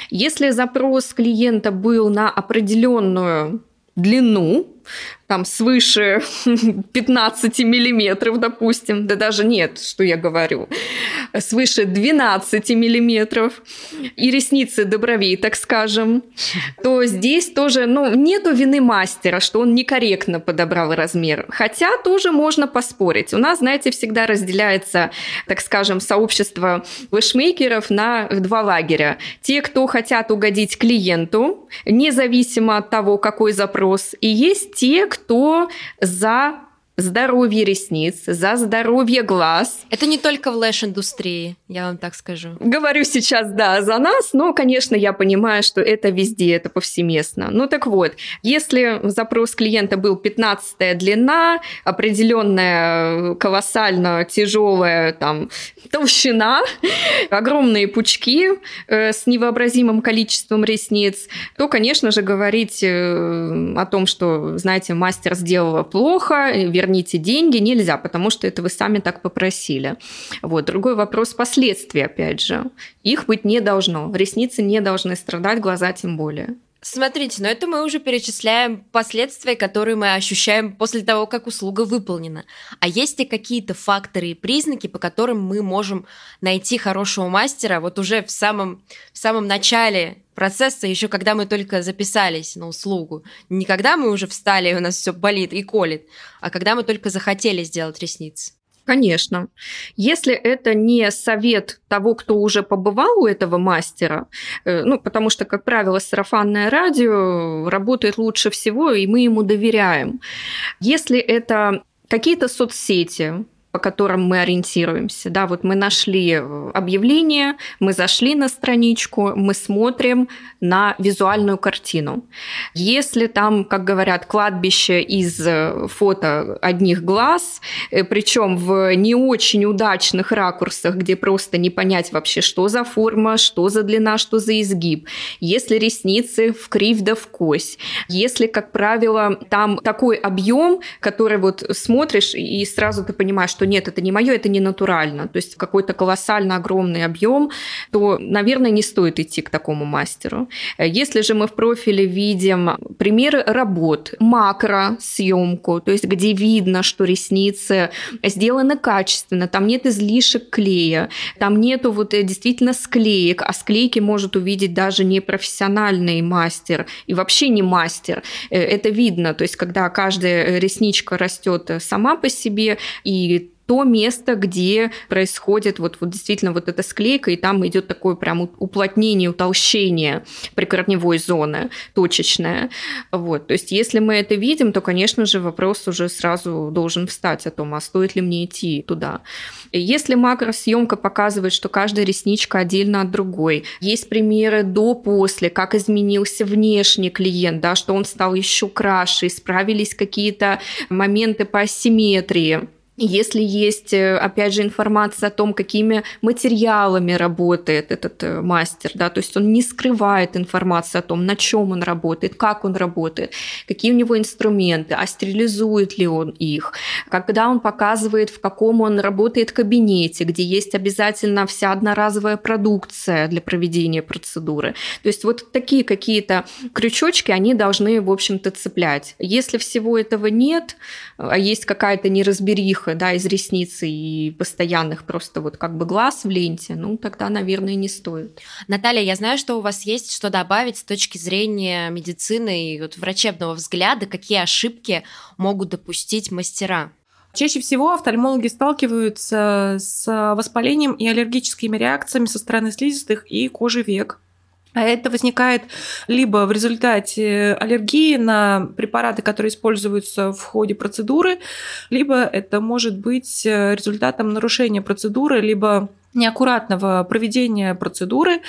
Если запрос клиента был на определенную длину, там свыше пятнадцати миллиметров, допустим, да даже нет, что я говорю, свыше двенадцати миллиметров, и ресницы до бровей, так скажем, то здесь тоже, ну, нету вины мастера, что он некорректно подобрал размер. Хотя тоже можно поспорить. У нас, знаете, всегда разделяется, так скажем, сообщество лэшмейкеров на два лагеря. Те, кто хотят угодить клиенту, независимо от того, какой запрос, и есть те, кто за здоровье ресниц, за здоровье глаз. Это не только в лэш-индустрии, я вам так скажу. Говорю сейчас, да, за нас, но, конечно, я понимаю, что это везде, это повсеместно. Ну так вот, если запрос клиента был пятнадцатая длина, определенная колоссально тяжелая там толщина, огромные пучки э, с невообразимым количеством ресниц, то, конечно же, говорить э, о том, что, знаете, мастер сделала плохо, вернее, верните деньги, нельзя, потому что это вы сами так попросили. Вот. Другой вопрос – последствия, опять же. Их быть не должно. Ресницы не должны страдать, глаза тем более. Смотрите, но это мы уже перечисляем последствия, которые мы ощущаем после того, как услуга выполнена. А есть ли какие-то факторы и признаки, по которым мы можем найти хорошего мастера вот уже в самом, в самом начале процесса, еще когда мы только записались на услугу? Не когда мы уже встали, и у нас все болит и колет, а когда мы только захотели сделать ресницы. Конечно. Если это не совет того, кто уже побывал у этого мастера, ну, потому что, как правило, сарафанное радио работает лучше всего, и мы ему доверяем. Если это какие-то соцсети, по которым мы ориентируемся. Да, вот мы нашли объявление, мы зашли на страничку, мы смотрим на визуальную картину. Если там, как говорят, кладбище из фото одних глаз, причем в не очень удачных ракурсах, где просто не понять вообще, что за форма, что за длина, что за изгиб. Если ресницы в кривь да в кось. Если, как правило, там такой объем, который вот смотришь и сразу ты понимаешь, что нет, это не мое, это не натурально, то есть какой-то колоссально огромный объем, то, наверное, не стоит идти к такому мастеру. Если же мы в профиле видим примеры работ, макросъемку, то есть где видно, что ресницы сделаны качественно, там нет излишек клея, там нету вот действительно склеек, а склейки может увидеть даже не профессиональный мастер и вообще не мастер. Это видно, то есть когда каждая ресничка растет сама по себе, и то место, где происходит вот, вот действительно вот эта склейка, и там идет такое прям уплотнение, утолщение прикорневой зоны, точечное. Вот. То есть если мы это видим, то, конечно же, вопрос уже сразу должен встать о том, а стоит ли мне идти туда. Если макросъемка показывает, что каждая ресничка отдельно от другой, есть примеры до-после, как изменился внешний клиент, да, что он стал еще краше, исправились какие-то моменты по асимметрии. Если есть, опять же, информация о том, какими материалами работает этот мастер, да, то есть он не скрывает информацию о том, на чем он работает, как он работает, какие у него инструменты, а стерилизует ли он их, когда он показывает, в каком он работает кабинете, где есть обязательно вся одноразовая продукция для проведения процедуры. То есть вот такие какие-то крючочки, они должны, в общем-то, цеплять. Если всего этого нет, а есть какая-то неразбериха, да, из ресниц и постоянных просто вот как бы глаз в ленте, ну, тогда, наверное, не стоит. Наталья, я знаю, что у вас есть что добавить с точки зрения медицины и вот врачебного взгляда, какие ошибки могут допустить мастера. Чаще всего офтальмологи сталкиваются с воспалением и аллергическими реакциями со стороны слизистых и кожи век. А это возникает либо в результате аллергии на препараты, которые используются в ходе процедуры, либо это может быть результатом нарушения процедуры, либо неаккуратного проведения процедуры.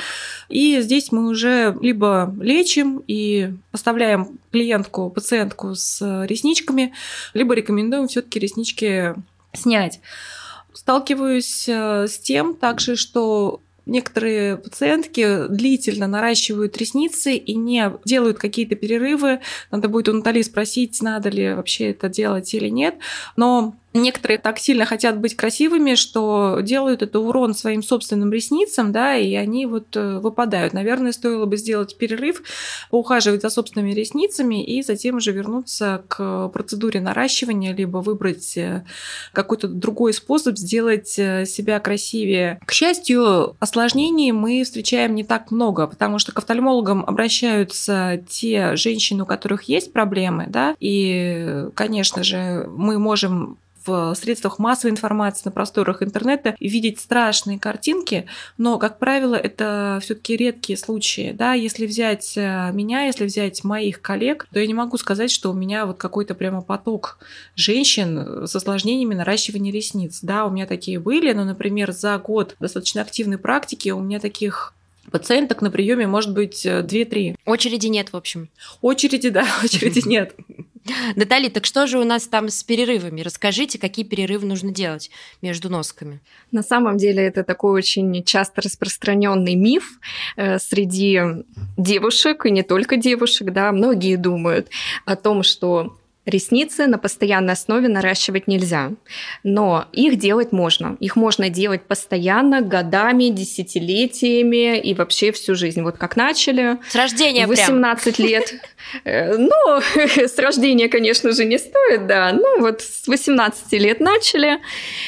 И здесь мы уже либо лечим и поставляем клиентку, пациентку с ресничками, либо рекомендуем все-таки реснички снять. Сталкиваюсь с тем также, что некоторые пациентки длительно наращивают ресницы и не делают какие-то перерывы. Надо будет у Натальи спросить, надо ли вообще это делать или нет. Но Некоторые так сильно хотят быть красивыми, что делают это урон своим собственным ресницам, да, и они вот выпадают. Наверное, стоило бы сделать перерыв, поухаживать за собственными ресницами и затем уже вернуться к процедуре наращивания, либо выбрать какой-то другой способ сделать себя красивее. К счастью, осложнений мы встречаем не так много, потому что к офтальмологам обращаются те женщины, у которых есть проблемы, да, и, конечно же, мы можем в средствах массовой информации на просторах интернета видеть страшные картинки, но, как правило, это все-таки редкие случаи. Да? Если взять меня, если взять моих коллег, то я не могу сказать, что у меня вот какой-то прямо поток женщин с осложнениями наращивания ресниц. Да, у меня такие были, но, например, за год достаточно активной практики у меня таких пациенток на приеме может быть две-три. Очереди нет, в общем. Очереди, да, очереди нет. Наталья, так что же у нас там с перерывами? Расскажите, какие перерывы нужно делать между носками? На самом деле это такой очень часто распространенный миф среди девушек, и не только девушек, да, многие думают о том, что ресницы на постоянной основе наращивать нельзя, но их делать можно. Их можно делать постоянно, годами, десятилетиями и вообще всю жизнь. Вот как начали. С рождения прям. восемнадцать лет. Ну, с рождения, конечно же, не стоит, да. Ну, вот с восемнадцати лет начали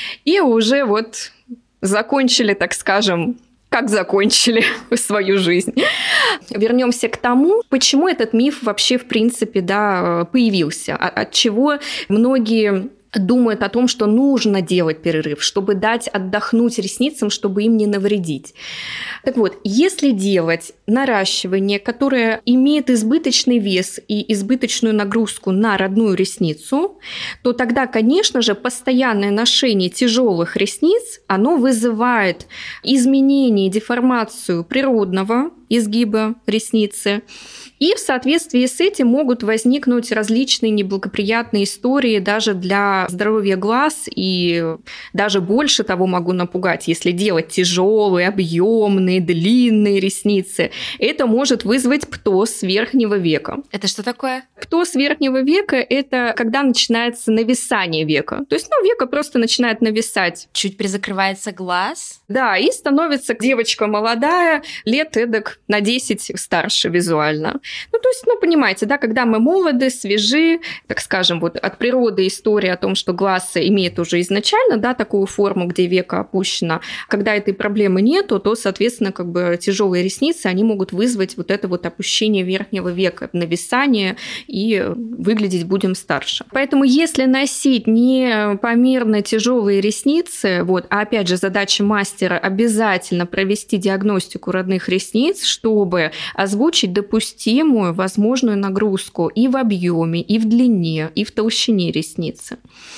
и уже вот закончили, так скажем, как закончили свою жизнь. Вернемся к тому, почему этот миф вообще, в принципе, да, появился. От чего многие думают о том, что нужно делать перерыв, чтобы дать отдохнуть ресницам, чтобы им не навредить. Так вот, если делать наращивание, которое имеет избыточный вес и избыточную нагрузку на родную ресницу, то тогда, конечно же, постоянное ношение тяжелых ресниц, оно вызывает изменение, деформацию природного изгиба ресницы. И в соответствии с этим могут возникнуть различные неблагоприятные истории даже для здоровья глаз, и даже больше того могу напугать, если делать тяжелые, объемные, длинные ресницы. Это может вызвать птоз верхнего века. Это что такое? Птоз верхнего века – это когда начинается нависание века. То есть, ну, веко просто начинает нависать. Чуть призакрывается глаз? Да, и становится девочка молодая, лет эдак на десять старше визуально. Ну, то есть, ну, понимаете, да, когда мы молоды, свежи, так скажем, вот от природы история о том, что глаз имеет уже изначально, да, такую форму, где веко опущено, когда этой проблемы нету, то, соответственно, как бы тяжелые ресницы, они могут вызвать вот это вот опущение верхнего века, нависание, и выглядеть будем старше. Поэтому, если носить непомерно тяжелые ресницы, вот, а опять же, задача мастера обязательно провести диагностику родных ресниц, чтобы озвучить допустимую возможную нагрузку и в объеме, и в длине, и в толщине ресницы.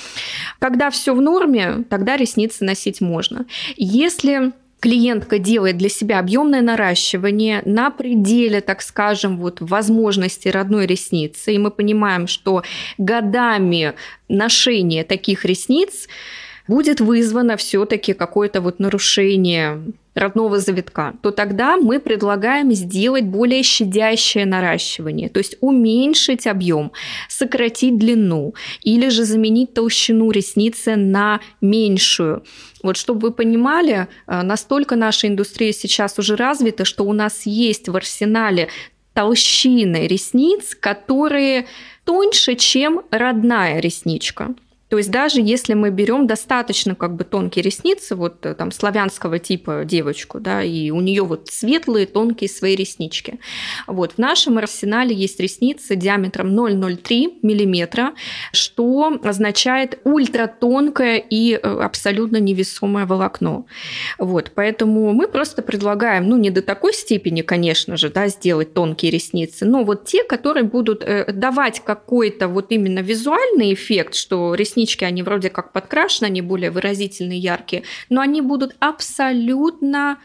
Когда все в норме, тогда ресницы носить можно. Если клиентка делает для себя объемное наращивание на пределе, так скажем, вот, возможности родной ресницы, и мы понимаем, что годами ношения таких ресниц будет вызвано все-таки какое-то вот нарушение родного завитка, то тогда мы предлагаем сделать более щадящее наращивание, то есть уменьшить объем, сократить длину или же заменить толщину ресницы на меньшую. Вот чтобы вы понимали, настолько наша индустрия сейчас уже развита, что у нас есть в арсенале толщины ресниц, которые тоньше, чем родная ресничка. То есть даже если мы берем достаточно как бы тонкие ресницы, вот там славянского типа девочку, да, и у нее вот светлые тонкие свои реснички. Вот в нашем арсенале есть ресницы диаметром ноль целых ноль три миллиметра, что означает ультратонкое и абсолютно невесомое волокно. Вот, поэтому мы просто предлагаем, ну не до такой степени, конечно же, да, сделать тонкие ресницы, но вот те, которые будут давать какой-то вот именно визуальный эффект, что ресницы они вроде как подкрашены, они более выразительные, яркие, но они будут абсолютно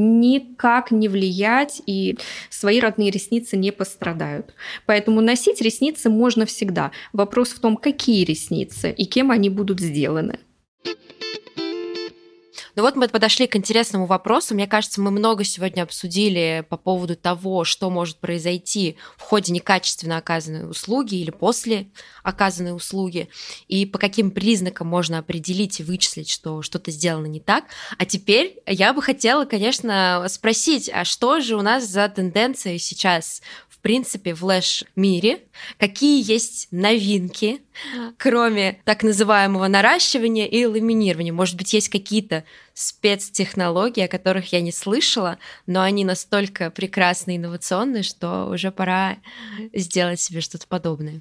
никак не влиять, и свои родные ресницы не пострадают. Поэтому носить ресницы можно всегда. Вопрос в том, какие ресницы и кем они будут сделаны. Ну вот мы подошли к интересному вопросу. Мне кажется, мы много сегодня обсудили по поводу того, что может произойти в ходе некачественно оказанной услуги или после оказанной услуги, и по каким признакам можно определить и вычислить, что что-то сделано не так. А теперь я бы хотела, конечно, спросить, а что же у нас за тенденции сейчас в принципе в лэш-мире? Какие есть новинки, кроме так называемого наращивания и ламинирования? Может быть, есть какие-то спецтехнологии, о которых я не слышала, но они настолько прекрасные и инновационные, что уже пора сделать себе что-то подобное.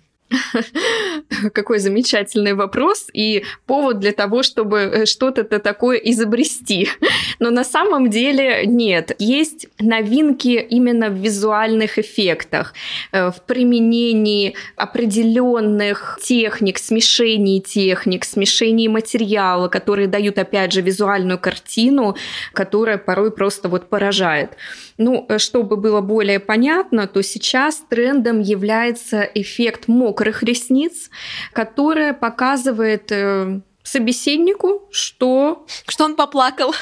Какой замечательный вопрос и повод для того, чтобы что-то такое изобрести. Но на самом деле нет. Есть новинки именно в визуальных эффектах, в применении определенных техник, смешений техник, смешений материала, которые дают, опять же, визуальную картину, которая порой просто вот поражает. Ну, чтобы было более понятно, то сейчас трендом является эффект мокрых ресниц, которая показывает э, собеседнику, что... Что он поплакал.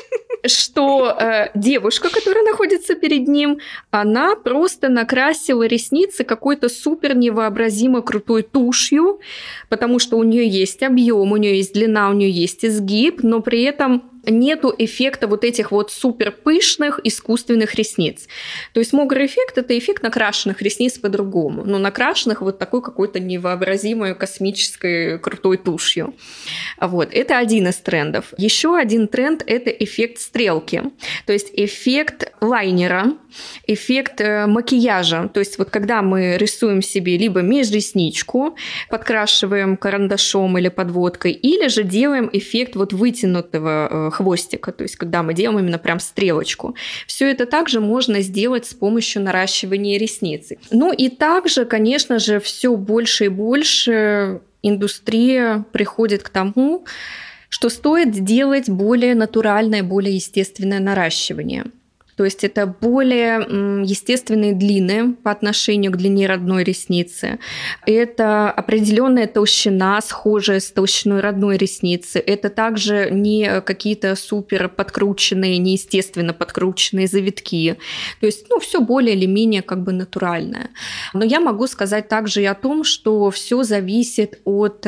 Что э, девушка, которая находится перед ним, она просто накрасила ресницы какой-то супер невообразимо крутой тушью, потому что у нее есть объем, у нее есть длина, у нее есть изгиб, но при этом нету эффекта вот этих вот супер пышных искусственных ресниц. То есть мокрый эффект – это эффект накрашенных ресниц по-другому, но накрашенных вот такой какой-то невообразимой космической крутой тушью. Вот. Это один из трендов. Еще один тренд – это эффект стрелки, то есть эффект лайнера, эффект э, макияжа. То есть вот когда мы рисуем себе либо межресничку, подкрашиваем карандашом или подводкой, или же делаем эффект вот вытянутого э, хвостика, то есть когда мы делаем именно прям стрелочку. Все это также можно сделать с помощью наращивания ресниц. Ну и также, конечно же, все больше и больше индустрия приходит к тому, что стоит делать более натуральное, более естественное наращивание. То есть это более естественные длины по отношению к длине родной ресницы. Это определенная толщина, схожая с толщиной родной ресницы. Это также не какие-то супер подкрученные, неестественно подкрученные завитки. То есть, ну, все более или менее как бы натуральное. Но я могу сказать также и о том, что все зависит от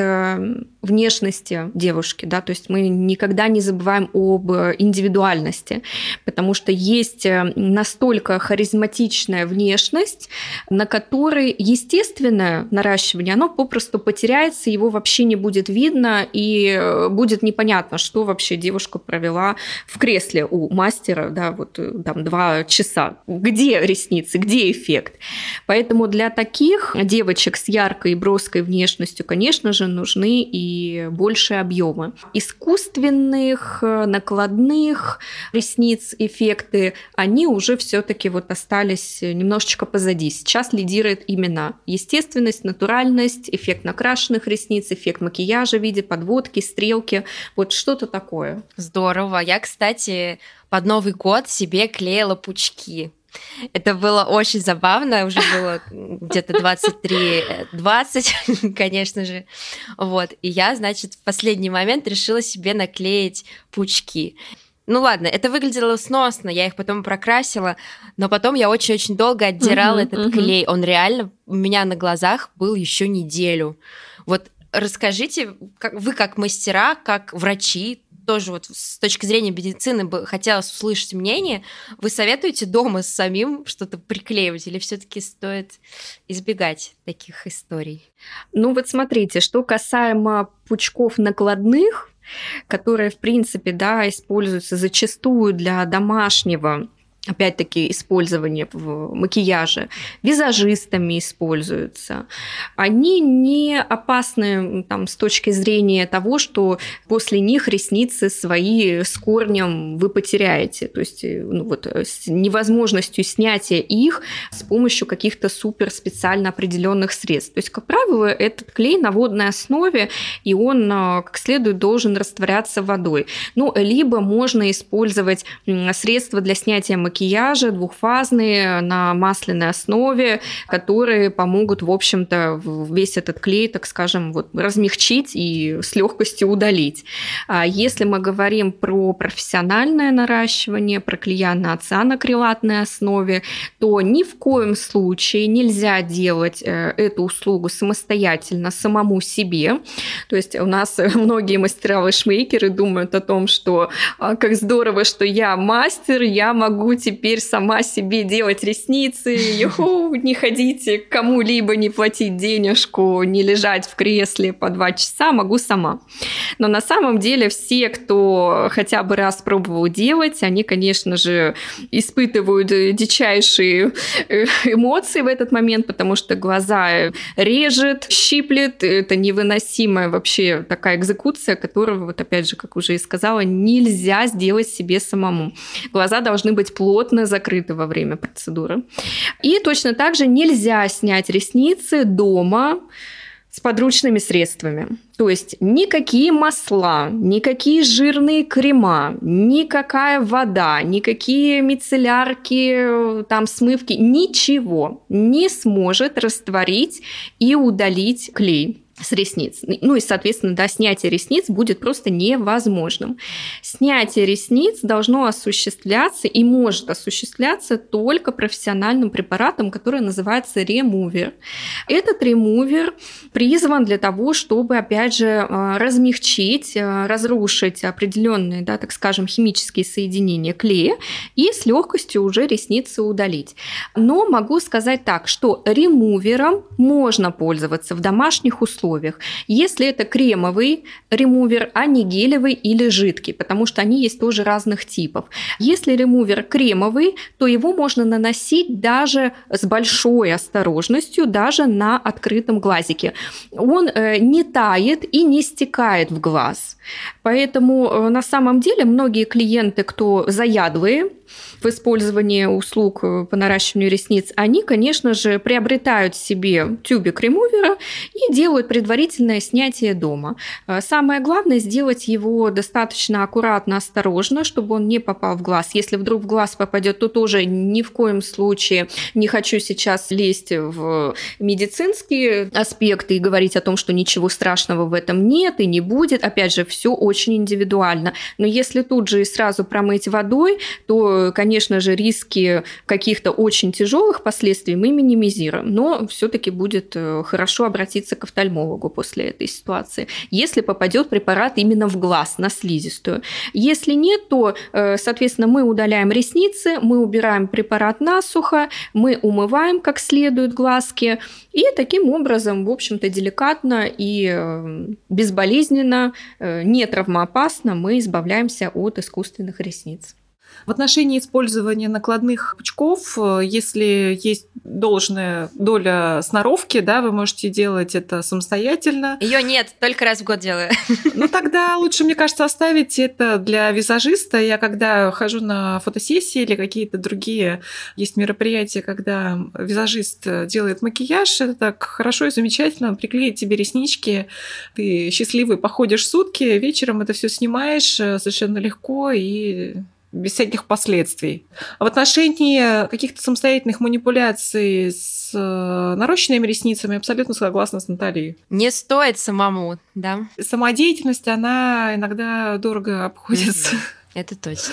внешности девушки, да, то есть мы никогда не забываем об индивидуальности, потому что есть настолько харизматичная внешность, на которой естественное наращивание, оно попросту потеряется, его вообще не будет видно, и будет непонятно, что вообще девушка провела в кресле у мастера, да, вот там два часа. Где ресницы, где эффект? Поэтому для таких девочек с яркой и броской внешностью, конечно же, нужны и и больше объемы. Искусственных, накладных ресниц эффекты, они уже все-таки вот остались немножечко позади. Сейчас лидирует именно естественность, натуральность, эффект накрашенных ресниц, эффект макияжа в виде подводки, стрелки, вот что-то такое. Здорово. Я, кстати, под Новый год себе клеила пучки. Это было очень забавно, уже было где-то двадцать три двадцать, конечно же. Вот. И я, значит, в последний момент решила себе наклеить пучки. Ну ладно, это выглядело сносно, я их потом прокрасила, но потом я очень-очень долго отдирала uh-huh, этот uh-huh. клей. Он реально у меня на глазах был еще неделю. Вот расскажите, как, вы как мастера, как врачи, тоже вот с точки зрения медицины бы хотелось услышать мнение. Вы советуете дома самим что-то приклеивать или все-таки стоит избегать таких историй? Ну вот смотрите, что касаемо пучков накладных, которые, в принципе, да, используются зачастую для домашнего, опять-таки, использование в макияже, визажистами используются. Они не опасны там, с точки зрения того, что после них ресницы свои с корнем вы потеряете. То есть ну, вот, с невозможностью снятия их с помощью каких-то супер специально определенных средств. То есть, как правило, этот клей на водной основе, и он как следует должен растворяться водой. Ну, либо можно использовать средства для снятия макияжа, макияжи двухфазные на масляной основе, которые помогут, в общем-то, весь этот клей, так скажем, вот, размягчить и с легкостью удалить. А если мы говорим про профессиональное наращивание, про клея на цианокрилатной основе, то ни в коем случае нельзя делать эту услугу самостоятельно самому себе. То есть у нас многие мастера-вэшмейкеры думают о том, что как здорово, что я мастер, я могу теперь сама себе делать ресницы, юху, не ходите к кому-либо, не платить денежку, не лежать в кресле по два часа, могу сама. Но на самом деле все, кто хотя бы раз пробовал делать, они, конечно же, испытывают дичайшие эмоции в этот момент, потому что глаза режет, щиплет, это невыносимая вообще такая экзекуция, которую, вот опять же, как уже и сказала, нельзя сделать себе самому. Глаза должны быть плотно закрыты во время процедуры. И точно так же нельзя снять ресницы дома с подручными средствами. То есть никакие масла, никакие жирные крема, никакая вода, никакие мицеллярки, там, смывки, ничего не сможет растворить и удалить клей с ресниц. Ну и, соответственно, да, снятие ресниц будет просто невозможным. Снятие ресниц должно осуществляться и может осуществляться только профессиональным препаратом, который называется ремувер. Этот ремувер призван для того, чтобы, опять же, размягчить, разрушить определенные, да, так скажем, химические соединения клея и с легкостью уже ресницы удалить. Но могу сказать так, что ремувером можно пользоваться в домашних условиях, если это кремовый ремувер, а не гелевый или жидкий, потому что они есть тоже разных типов. Если ремувер кремовый, то его можно наносить даже с большой осторожностью, даже на открытом глазике. Он не тает и не стекает в глаз. Поэтому на самом деле многие клиенты, кто заядлые в использовании услуг по наращиванию ресниц, они, конечно же, приобретают себе тюбик ремувера и делают предварительное снятие дома. Самое главное сделать его достаточно аккуратно, осторожно, чтобы он не попал в глаз. Если вдруг в глаз попадет, то тоже ни в коем случае не хочу сейчас лезть в медицинские аспекты и говорить о том, что ничего страшного в этом нет и не будет. Опять же, все очень индивидуально. Но если тут же и сразу промыть водой, то, конечно же, риски каких-то очень тяжелых последствий мы минимизируем. Но все-таки будет хорошо обратиться к офтальмологу после этой ситуации, если попадет препарат именно в глаз, на слизистую. Если нет, то, соответственно, мы удаляем ресницы, мы убираем препарат насухо, мы умываем как следует глазки, и таким образом, в общем-то, деликатно и безболезненно, не травмоопасно мы избавляемся от искусственных ресниц. В отношении использования накладных пучков, если есть должная доля сноровки, да, вы можете делать это самостоятельно. Ее нет, только раз в год делаю. Ну тогда лучше, мне кажется, оставить это для визажиста. Я когда хожу на фотосессии или какие-то другие есть мероприятия, когда визажист делает макияж, это так хорошо и замечательно, приклеит тебе реснички, ты счастливый походишь сутки, вечером это все снимаешь совершенно легко и без всяких последствий. А в отношении каких-то самостоятельных манипуляций с нарощенными ресницами абсолютно согласна с Натальей. Не стоит самому, да? Самодеятельность, она иногда дорого обходится. Это точно.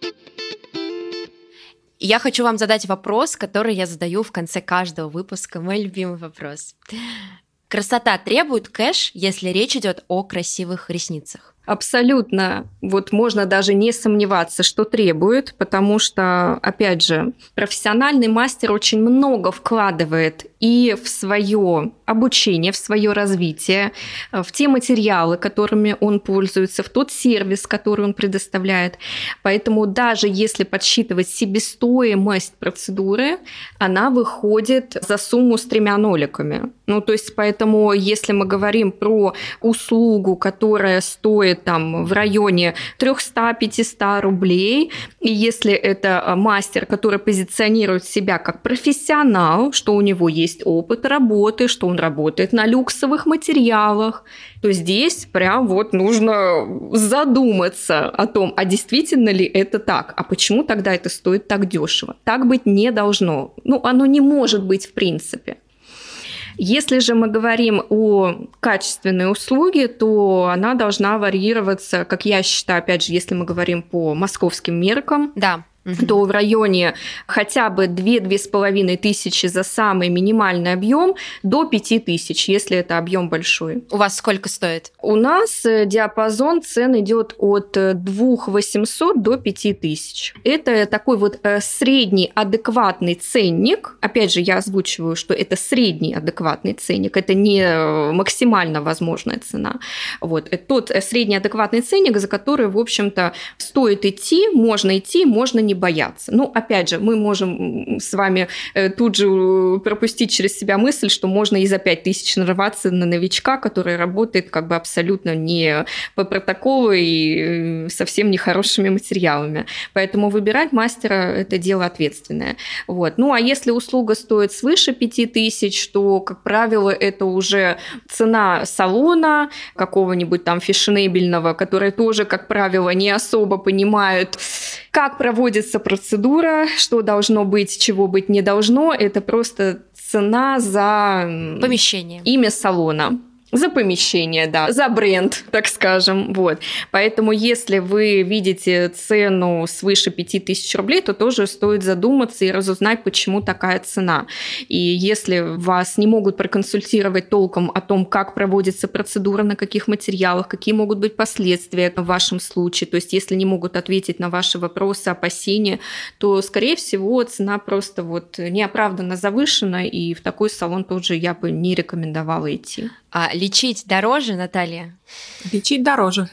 Я хочу вам задать вопрос, который я задаю в конце каждого выпуска. Мой любимый вопрос. Красота требует кэш, если речь идет о красивых ресницах? Абсолютно. Вот можно даже не сомневаться, что требует, потому что, опять же, профессиональный мастер очень много вкладывает и в свое обучение, в свое развитие, в те материалы, которыми он пользуется, в тот сервис, который он предоставляет. Поэтому даже если подсчитывать себестоимость процедуры, она выходит за сумму с тремя ноликами. Ну, то есть, поэтому, если мы говорим про услугу, которая стоит стоит там в районе триста-пятьсот рублей. И если это мастер, который позиционирует себя как профессионал, что у него есть опыт работы, что он работает на люксовых материалах, то здесь прям вот нужно задуматься о том, а действительно ли это так, а почему тогда это стоит так дешево. Так быть не должно. Ну, оно не может быть в принципе. Если же мы говорим о качественной услуге, то она должна варьироваться, как я считаю, опять же, если мы говорим по московским меркам. Да. то в районе хотя бы две-две с половиной тысячи за самый минимальный объем до пяти тысяч, если это объем большой. У вас сколько стоит? У нас диапазон цен идет от двух тысяч восьмисот до пяти тысяч. Это такой вот средний адекватный ценник. Опять же, я озвучиваю, что это средний адекватный ценник, это не максимально возможная цена. Вот. Это тот средний адекватный ценник, за который, в общем-то, стоит идти, можно идти, можно не бояться. Ну, опять же, мы можем с вами тут же пропустить через себя мысль, что можно и за пять тысяч нарываться на новичка, который работает как бы абсолютно не по протоколу и совсем нехорошими материалами. Поэтому выбирать мастера – это дело ответственное. Вот. Ну, а если услуга стоит свыше пяти тысяч, то, как правило, это уже цена салона, какого-нибудь там фешенебельного, который тоже, как правило, не особо понимают, как проводится процедура, что должно быть, чего быть не должно. Это просто цена за помещение, имя салона. За помещение, да, за бренд, так скажем. Вот. Поэтому, если вы видите цену свыше пяти тысяч рублей, то тоже стоит задуматься и разузнать, почему такая цена. И если вас не могут проконсультировать толком о том, как проводится процедура, на каких материалах, какие могут быть последствия в вашем случае, то есть если не могут ответить на ваши вопросы, опасения, то, скорее всего, цена просто вот неоправданно завышена, и в такой салон тоже я бы не рекомендовала идти. А лечить дороже, Наталья? Лечить дороже.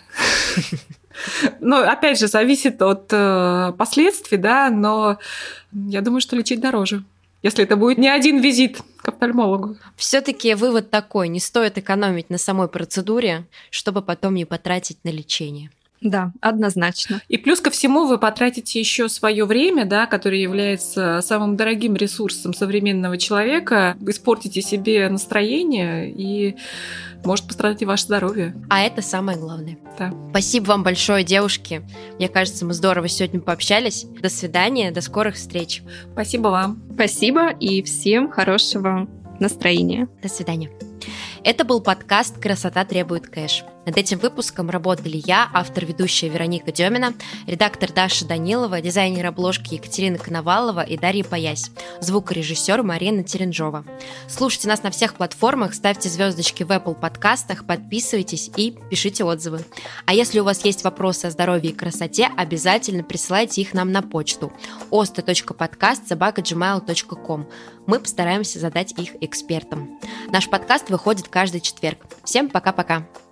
Ну, опять же, зависит от э, последствий, да, но я думаю, что лечить дороже, если это будет не один визит к офтальмологу. Все-таки вывод такой: не стоит экономить на самой процедуре, чтобы потом не потратить на лечение. Да, однозначно. И плюс ко всему вы потратите еще свое время, да, которое является самым дорогим ресурсом современного человека, испортите себе настроение и может пострадать и ваше здоровье. А это самое главное. Да. Спасибо вам большое, девушки. Мне кажется, мы здорово сегодня пообщались. До свидания, до скорых встреч. Спасибо вам. Спасибо и всем хорошего настроения. До свидания. Это был подкаст «Красота требует кэш». Над этим выпуском работали я, автор-ведущая Вероника Демина, редактор Даша Данилова, дизайнер обложки Екатерина Коновалова и Дарья Паясь, звукорежиссер Марина Теренжова. Слушайте нас на всех платформах, ставьте звездочки в Apple подкастах, подписывайтесь и пишите отзывы. А если у вас есть вопросы о здоровье и красоте, обязательно присылайте их нам на почту оста точка подкаст собака джи мейл точка ком. Мы постараемся задать их экспертам. Наш подкаст выходит каждый четверг. Всем пока-пока!